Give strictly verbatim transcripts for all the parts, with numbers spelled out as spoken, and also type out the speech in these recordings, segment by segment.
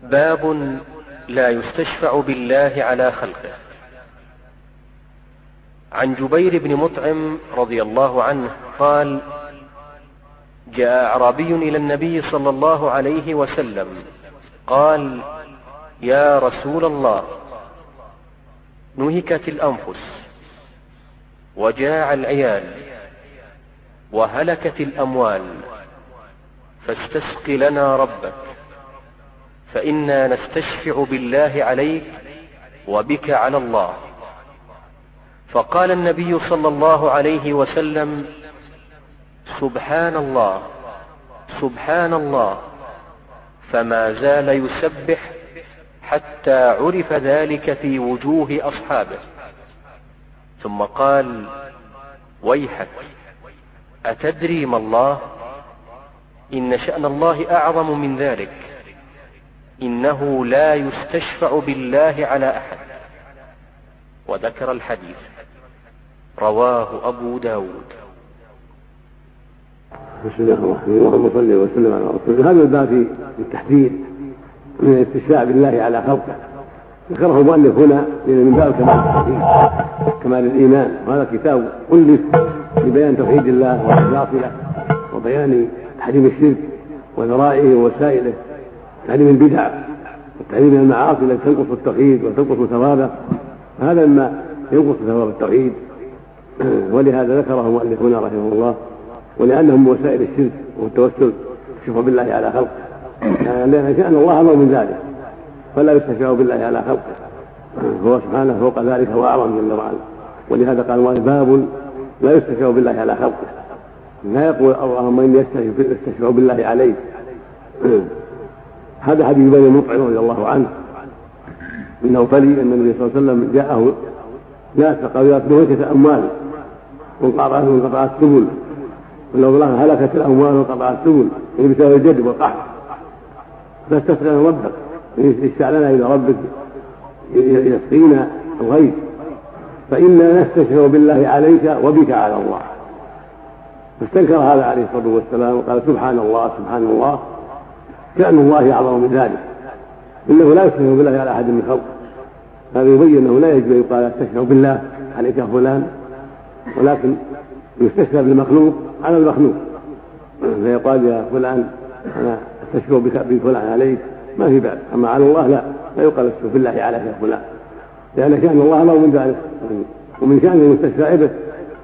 باب لا يستشفع بالله على خلقه. عن جبير بن مطعم رضي الله عنه قال: جاء أعرابي إلى النبي صلى الله عليه وسلم قال: يا رسول الله، نهكت الأنفس وجاع العيال وهلكت الأموال، فاستسق لنا ربك، فإنا نستشفع بالله عليك وبك على الله. فقال النبي صلى الله عليه وسلم: سبحان الله سبحان الله، فما زال يسبح حتى عرف ذلك في وجوه أصحابه، ثم قال: ويحك، أتدري ما الله؟ إن شأن الله أعظم من ذلك، إنه لا يستشفع بالله على أحد. وذكر الحديث. رواه أبو داود. بسم الله الرحمن الرحيم. اللهم صل وسلم على رسول الله. هذا الباب في التحذير من الاستشفاع بالله على خلقه، ذكره المؤلف هنا من باب كمال التوحيد، كمال الإيمان، وهذا كتاب ألف لبيان توحيد الله وإخلاصه له، وبيان تحريم الشرك وذرائعه ووسائله، تحريم البدع والتحريم من المعاصي التي تنقص التوحيد وتنقص ثوابه، هذا مما ينقص ثواب التوحيد، ولهذا ذكره المؤلف هنا رحمه الله، ولأنه من وسائل الشرك والتوسل الشفع بالله على خلقه، لأن شأن الله أمر من ذلك، فلا يستشفع بالله على خلقه، هو سبحانه فوق ذلك وأعظم جل وعلا. ولهذا قال المؤلف: باب لا يستشفع بالله على خلقه، لا يقول اللهم إني يستشفع بالله عليك. هذا حديث بني مطعم رضي الله عنه إنه فلي أن النبي صلى الله عليه وسلم جاءه ناس فقالوا: نهكت أموال وانقطعت السبل، ولو الله هلكت الأموال وانقطعت السبل، يعني بسبب الجد والقحط، فاستسقنا ربك، اشفع لنا إلى ربك يسقينا الغيث، فإنا نستشفع بالله عليك وبك على الله. فاستنكر هذا عليه الصلاة والسلام وقال: سبحان الله سبحان الله، شأن الله أعظم من ذلك، إنه لا يستشفع بالله على أحد من خلقه. هذا يبين أنه لا يجب أن يقال استشفع بالله عليك فلان، ولكن يستشفع بالمخلوق على المخلوق، فيقال: يا فلان أنا استشفع بفلان عليك، ما في بأس. أما على الله لا لا يقال استشفع بالله عليك يا فلان، لأن شأن الله أعظم من ذلك، ومن شأن المستشفع به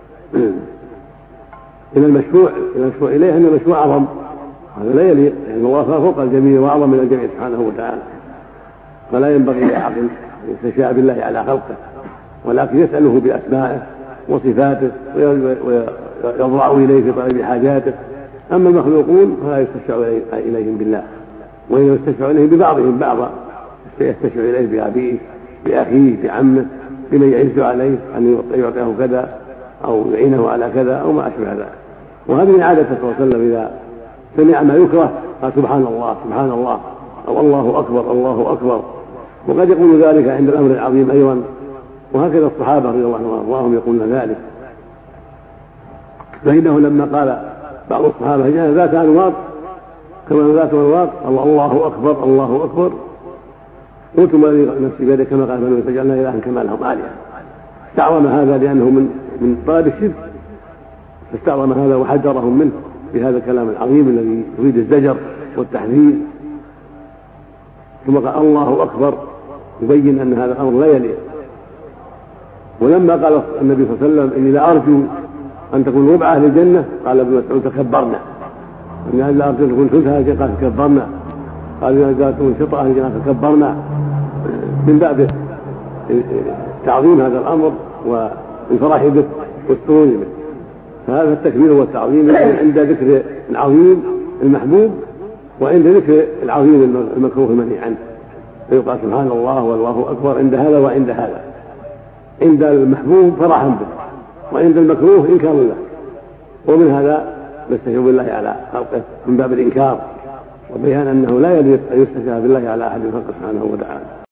إلى المشفوع إلى المشفوع إليه أن المشفوع أعظم، هذا لا يليق، لأن الله فوق الجميع وأعظم من الجميع سبحانه وتعالى، فلا ينبغي لعاقل يستشفع بالله على خلقه، ولكن يسأله بأسمائه وصفاته ويضرع إليه في طلب حاجاته. أما المخلوقون فلا يستشفع إليهم بالله، وإن يستشفع إليهم ببعضهم بعضا، يستشفع إليه بأبيه بأخيه بعمه بمن يعز عليه أن يعطيه كذا أو يعينه على كذا أو ما أشبه ذلك. وهذه من عادة صلى الله عليه وسلم، إذا سمع ما يكره قال: سبحان الله سبحان الله، أو الله أكبر الله أكبر. وقد يقول ذلك عند الأمر العظيم أيضا، وهكذا الصحابة رضي الله عنهم وارضاهم يقولون ذلك. فإنه لما قال بعض الصحابة: جاء ذات أنواط كما ذات أنواط، الله أكبر الله أكبر، قلت ما نفسي بيدك كما قال بنو فجعلنا إلها كما لهم آلهة. استعظم هذا لأنه من من طلب الشرك، فاستعظم هذا وحذرهم منه بهذا الكلام العظيم الذي يريد الزجر والتحذير. ثم قال: الله أكبر، يبين أن هذا الأمر لا يليق. ولما قال النبي صلى الله عليه وسلم: إني لا أرجو أن تكون ربع أهل الجنة، قال ابن مسعود: تكبرنا. إني لا أرجو أن تكون ثلث أهل الجنة، قال: تكبرنا. قال: إني لا تكون شطر أهل الجنة، تكبرنا. من باب تعظيم هذا الأمر والفرح به والسرور به. فهذا التكبير والتعظيم عند ذكر العظيم المحبوب وعند ذكر العظيم المكروه المنهي عنه، فيقال سبحان الله والله أكبر عند هذا وعند هذا، عند المحبوب فرحا به، وعند المكروه إنكار له. ومن هذا نستشفع بالله على خلقه من باب الإنكار وبيان أنه لا يليق أن يستشفع بالله على أحد من خلقه سبحانه وتعالى.